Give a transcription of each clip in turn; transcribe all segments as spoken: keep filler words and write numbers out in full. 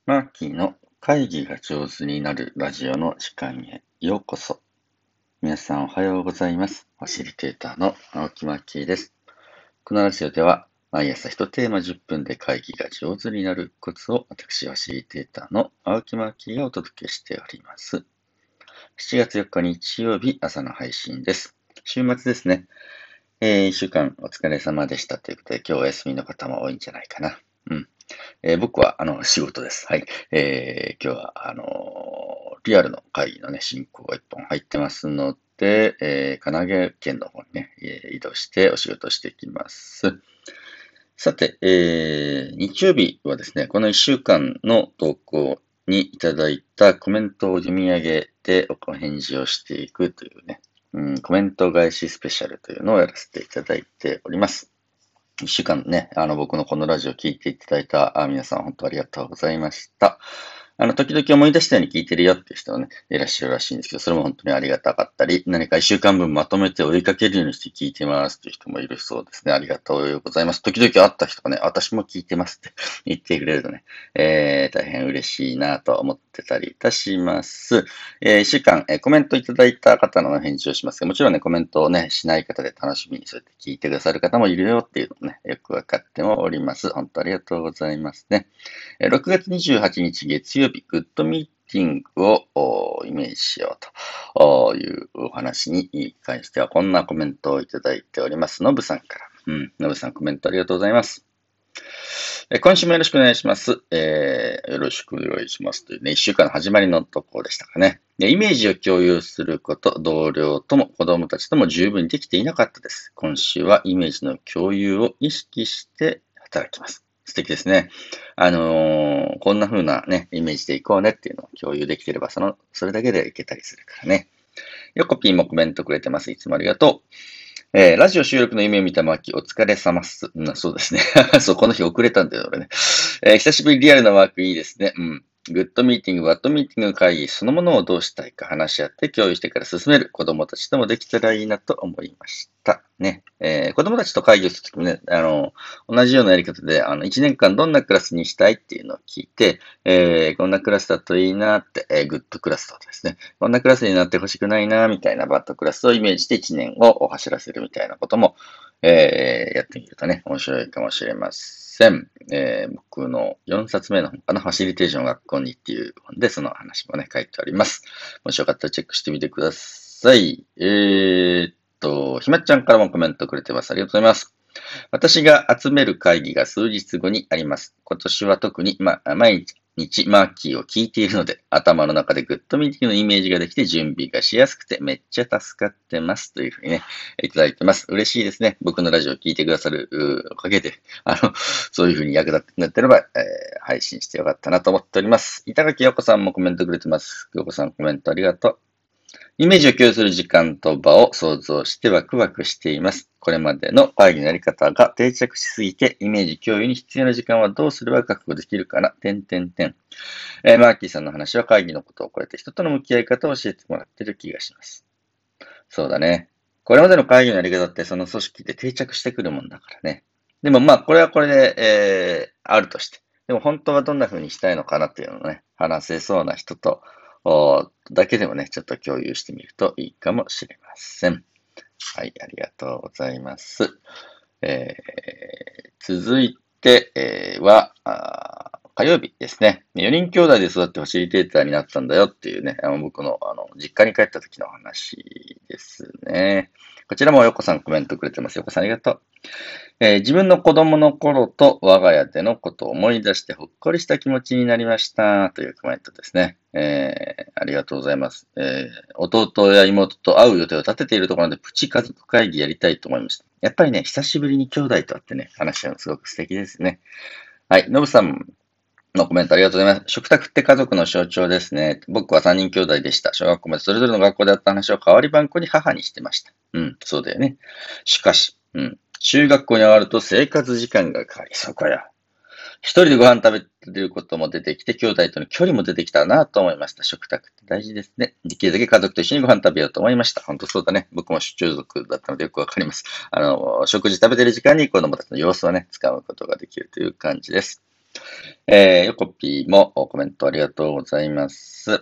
マーキーの会議が上手になるラジオの時間へようこそ。皆さんおはようございます。ファシリテーターの青木マーキーです。このラジオでは毎朝一テーマじゅっぷんで会議が上手になるコツを私ファシリテーターの青木マーキーがお届けしております。しちがつよっか日曜日朝の配信です。週末ですね。えー、一週間お疲れ様でしたということで今日お休みの方も多いんじゃないかな。うん。えー僕は、あの、仕事です。はい。えー今日は、あのーリアルの会議のね、進行が一本入ってますので、えー神奈川県の方にね、えー移動してお仕事してきます。さて、えー日曜日はですね、この一週間の投稿にいただいたコメントを読み上げてお返事をしていくというね、うん、コメント返しスペシャルというのをやらせていただいております。一週間ね、あの、僕のこのラジオ聞いていただいたあ皆さん本当ありがとうございました。あの、時々思い出したように聞いてるよっていう人はね、いらっしゃるらしいんですけど、それも本当にありがたかったり、何か一週間分まとめて追いかけるようにして聞いてますっていう人もいるそうですね。ありがとうございます。時々会った人がね、私も聞いてますって言ってくれるとね、えー、大変嬉しいなと思ってたりいたします。えー、一週間、えーコメントいただいた方の返事をしますが、もちろんね、コメントをね、しない方で楽しみにそうやって聞いてくださる方もいるよっていうのもね、よくわかってもおります。本当ありがとうございますね。ろくがつにじゅうはちにち月曜日、グッドミーティングをイメージしようというお話に関しては、こんなコメントをいただいております。のぶさんから。うん、のぶさんコメントありがとうございます。え今週もよろしくお願いします。えー、よろしくお願いしますというね、一週間の始まりのところでしたかね。でイメージを共有すること、同僚とも子供たちとも十分にできていなかったです。今週はイメージの共有を意識して働きます。素敵ですね。あのーこんな風なね、イメージでいこうねっていうのを共有できてれば、その、それだけでいけたりするからね。ヨコピーもコメントくれてます。いつもありがとう。えー、ラジオ収録の夢を見たマーキー、お疲れ様っす。うん、そうですね。そう、この日遅れたんだよ、俺ね。えー久しぶりリアルなワークいいですね。うん。グッドミーティング、バッドミーティング会議そのものをどうしたいか話し合って共有してから進める子供たちともできたらいいなと思いました。ね。えー子供たちと会議をするときもね、あの、同じようなやり方で、あの、いちねんかんどんなクラスにしたいっていうのを聞いて、えーこんなクラスだといいなって、えーグッドクラスだとですね、こんなクラスになってほしくないな、みたいなバッドクラスをイメージしていちねんを走らせるみたいなことも、えーやってみるとね、面白いかもしれません。えー僕のよんさつめの本かな、ファシリテーション学校にっていう本でその話もね、書いてあります。もしよかったらチェックしてみてください。えーっと、ひまっちゃんからもコメントくれてます。ありがとうございます。私が集める会議が数日後にあります。今年は特に、ま、毎日マーキーを聞いているので、頭の中でグッドミーティングのイメージができて準備がしやすくてめっちゃ助かってます。というふうにね、いただいてます。嬉しいですね。僕のラジオを聞いてくださるおかげで、あの、そういうふうに役立ってくれてれば、えー配信してよかったなと思っております。板垣陽子さんもコメントくれてます。陽子さんコメントありがとう。イメージを共有する時間と場を想像してワクワクしています。これまでの会議のやり方が定着しすぎて、イメージ共有に必要な時間はどうすれば確保できるかな点点点。えーマーキーさんの話は会議のことを超えて人との向き合い方を教えてもらっている気がします。そうだね。これまでの会議のやり方ってその組織で定着してくるもんだからね。でもまあ、これはこれで、えー、あるとして。でも本当はどんな風にしたいのかなっていうのをね、話せそうな人と、おだけでもね、ちょっと共有してみるといいかもしれません。はい、ありがとうございます。えー、続いて、えーは、あー火曜日ですね。よにん兄弟で育ってファシリテーターになったんだよっていうね、あの僕のあの実家に帰った時の話ですね。こちらもよこさんコメントくれてます。よこさんありがとう。えー自分の子供の頃と我が家でのことを思い出してほっこりした気持ちになりましたというコメントですね。えーありがとうございます。えー弟や妹と会う予定を立てているところでプチ家族会議やりたいと思いました。やっぱりね、久しぶりに兄弟と会ってね、話し合うのすごく素敵ですね。はい、のぶさんのコメントありがとうございます。食卓って家族の象徴ですね。僕はさんにん兄弟でした。小学校までそれぞれの学校であった話を代わり番号に母にしてました。うん、そうだよね。しかし、うん、中学校に上がると生活時間が変わり、そこや。一人でご飯食べることも出てきて、兄弟との距離も出てきたなと思いました。食卓って大事ですね。できるだけ家族と一緒にご飯食べようと思いました。本当そうだね。僕も出張族だったのでよくわかります。あの、食事食べてる時間に子供たちの様子をね、使うことができるという感じです。 えー、ヨコピーもコメントありがとうございます。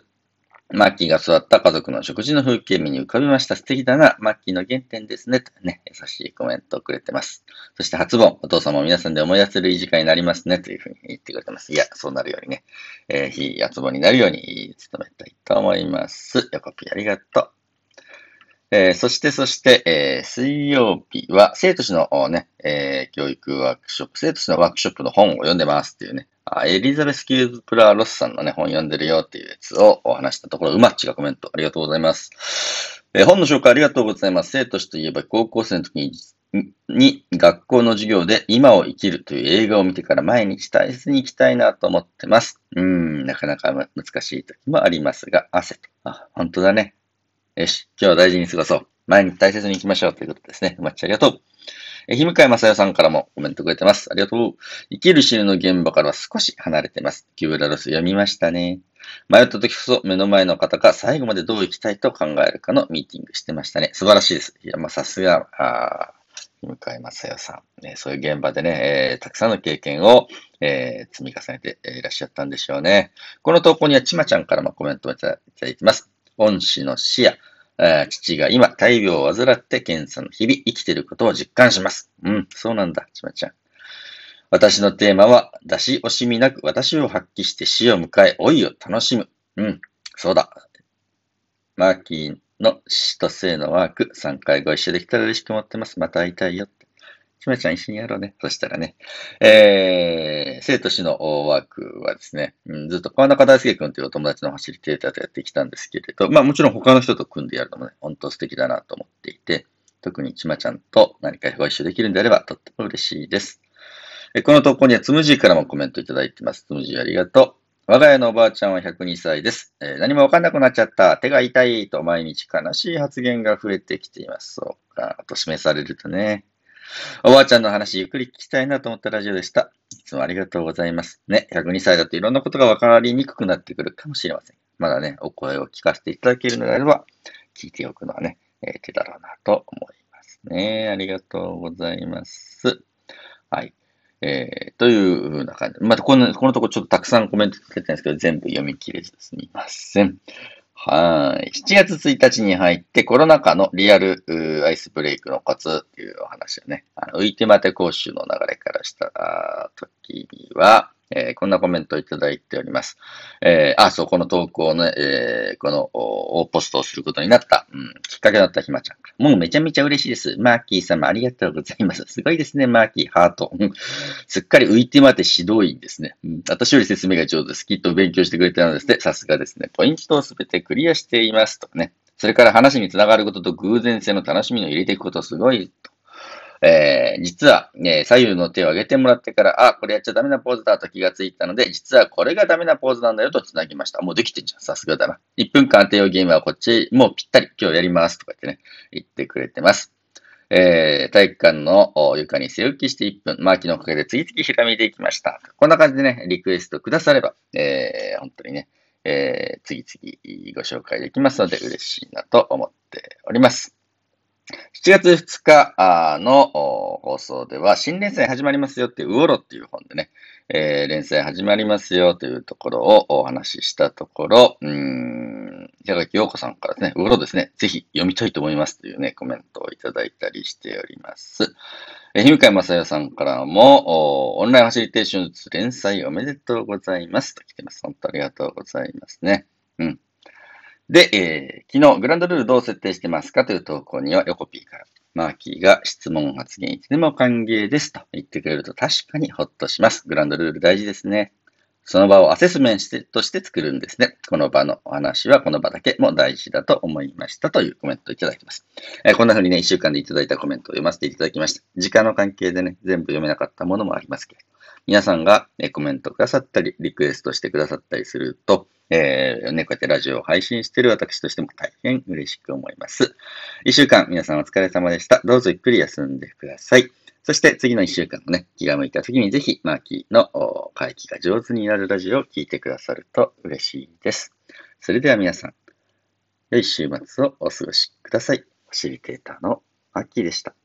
マッキーが座った家族の食事の風景目に浮かびました。素敵だな。マッキーの原点ですね。とね、優しいコメントをくれてます。そして初盆、お父様も皆さんで思い出せるいい時間になりますね。というふうに言ってくれてます。いや、そうなるようにね、えー、日初盆になるように努めたいと思います。ヨコピーありがとう。えーそして、そして、えー水曜日は、生徒史のね、えー教育ワークショップ、生徒史のワークショップの本を読んでますっていうね、あエリザベス・キューズプラー・ロスさんのね、本読んでるよっていうやつをお話したところ、うまっちがコメントありがとうございます。えー本の紹介ありがとうございます。生徒史といえば、高校生の時に、に学校の授業で今を生きるという映画を見てから毎日大切に行きたいなと思ってます。うーん、なかなか難しい時もありますが、汗と。あ、本当だね。よし、今日は大事に過ごそう。毎日大切に行きましょうということですね。うまっちありがとう。え、日向井正代さんからもコメントくれてます。ありがとう。生きる死ぬの現場からは少し離れてます。キューブラロス読みましたね。迷った時こそ目の前の方が最後までどう生きたいと考えるかのミーティングしてましたね。素晴らしいです。いや、まあ、さすが、あ日向井正代さん、ね。そういう現場でね、えーたくさんの経験を、えー積み重ねていらっしゃったんでしょうね。この投稿にはちまちゃんからもコメントをいただいてます。恩師の死や、えー父が今、大病を患って検査の日々、生きていることを実感します。うん、そうなんだ、ちまちゃん。私のテーマは、出し惜しみなく私を発揮して死を迎え、老いを楽しむ。うん、そうだ。マーキーの死と生のワーク、さんかいご一緒できたら嬉しく思ってます。また会いたいよって。ちまちゃん一緒にやろうね。そしたらね。えー、生と死のワークはですね、うん、ずっと川中大輔君というお友達のファシリテーターとやってきたんですけれど、まあもちろん他の人と組んでやるのもね、本当素敵だなと思っていて、特にちまちゃんと何かご一緒できるんであればとっても嬉しいです。えこの投稿にはつむじーからもコメントいただいてます。つむじーありがとう。我が家のおばあちゃんはひゃくにさいです。えー何もわかんなくなっちゃった。手が痛いと毎日悲しい発言が増えてきています。そうか。と示されるとね。おばあちゃんの話ゆっくり聞きたいなと思ったラジオでした。いつもありがとうございます。ね、ひゃくにさいだといろんなことがわかりにくくなってくるかもしれません。まだね、お声を聞かせていただけるのであれば、聞いておくのはね、えー手だろうなと思いますね。ありがとうございます。はい。えー、という風な感じ。またこの、このとこちょっとたくさんコメントつけてるんですけど、全部読み切れずすみません。はい。しちがつついたちに入ってコロナ禍のリアルアイスブレイクのコツっていうお話をね、あの浮いて待て講習の流れからした時には、えーこんなコメントをいただいております。えーあ、そう、この投稿ね、えーこのおポストをすることになった、うん、きっかけだったひまちゃんから。もうめちゃめちゃ嬉しいです。マーキー様ありがとうございます。すごいですね、マーキー、ハート。うんすっかり浮いて待て指導員ですね。うん、私より説明が上手です。きっと勉強してくれたのですね。さすがですね。ポイントをすべてクリアしていますとかね。それから話につながることと偶然性の楽しみを入れていくことすごいと。えー、実は、ね、左右の手を上げてもらってから、あ、これやっちゃダメなポーズだと気がついたので、実はこれがダメなポーズなんだよと繋ぎました。もうできてんじゃん。さすがだな。いっぷんかん当てようゲームはこっち、もうぴったり今日やりますとか言ってね、言ってくれてます。えー、体育館の床に背浮きしていっぷん、マーキーのおかげで次々ひらめいていきました。こんな感じでね、リクエストくだされば、えー、本当にね、えー、次々ご紹介できますので嬉しいなと思っております。しちがつふつかの放送では、新連載始まりますよっていう、ウオロっていう本でね、えー、連載始まりますよというところをお話ししたところ、うーん、板垣陽子さんからですね、ウオロですね、ぜひ読みたいと思いますというね、コメントをいただいたりしております。えー、日向正代さんからも、オンラインファシリテーションズ連載おめでとうございますと来てます。本当ありがとうございますね。うん。で、えー昨日、グランドルールどう設定してますかという投稿には、ヨコピーから、マーキーが質問発言いつでも歓迎ですと言ってくれると確かにホッとします。グランドルール大事ですね。その場をアセスメントとして作るんですね。この場のお話はこの場だけも大事だと思いましたというコメントをいただいています。えーこんな風にね、いっしゅうかんでいただいたコメントを読ませていただきました。時間の関係でね、全部読めなかったものもありますけれど、皆さんがえーコメントくださったり、リクエストしてくださったりすると、えーね、こうやってラジオを配信している私としても大変嬉しく思います。いっしゅうかん、皆さんお疲れ様でした。どうぞゆっくり休んでください。そして次のいっしゅうかんもね、気が向いた時にぜひ、マーキーのお会議が上手になるラジオを聞いてくださると嬉しいです。それでは皆さん、良い週末をお過ごしください。ファシリテーターのマーキーでした。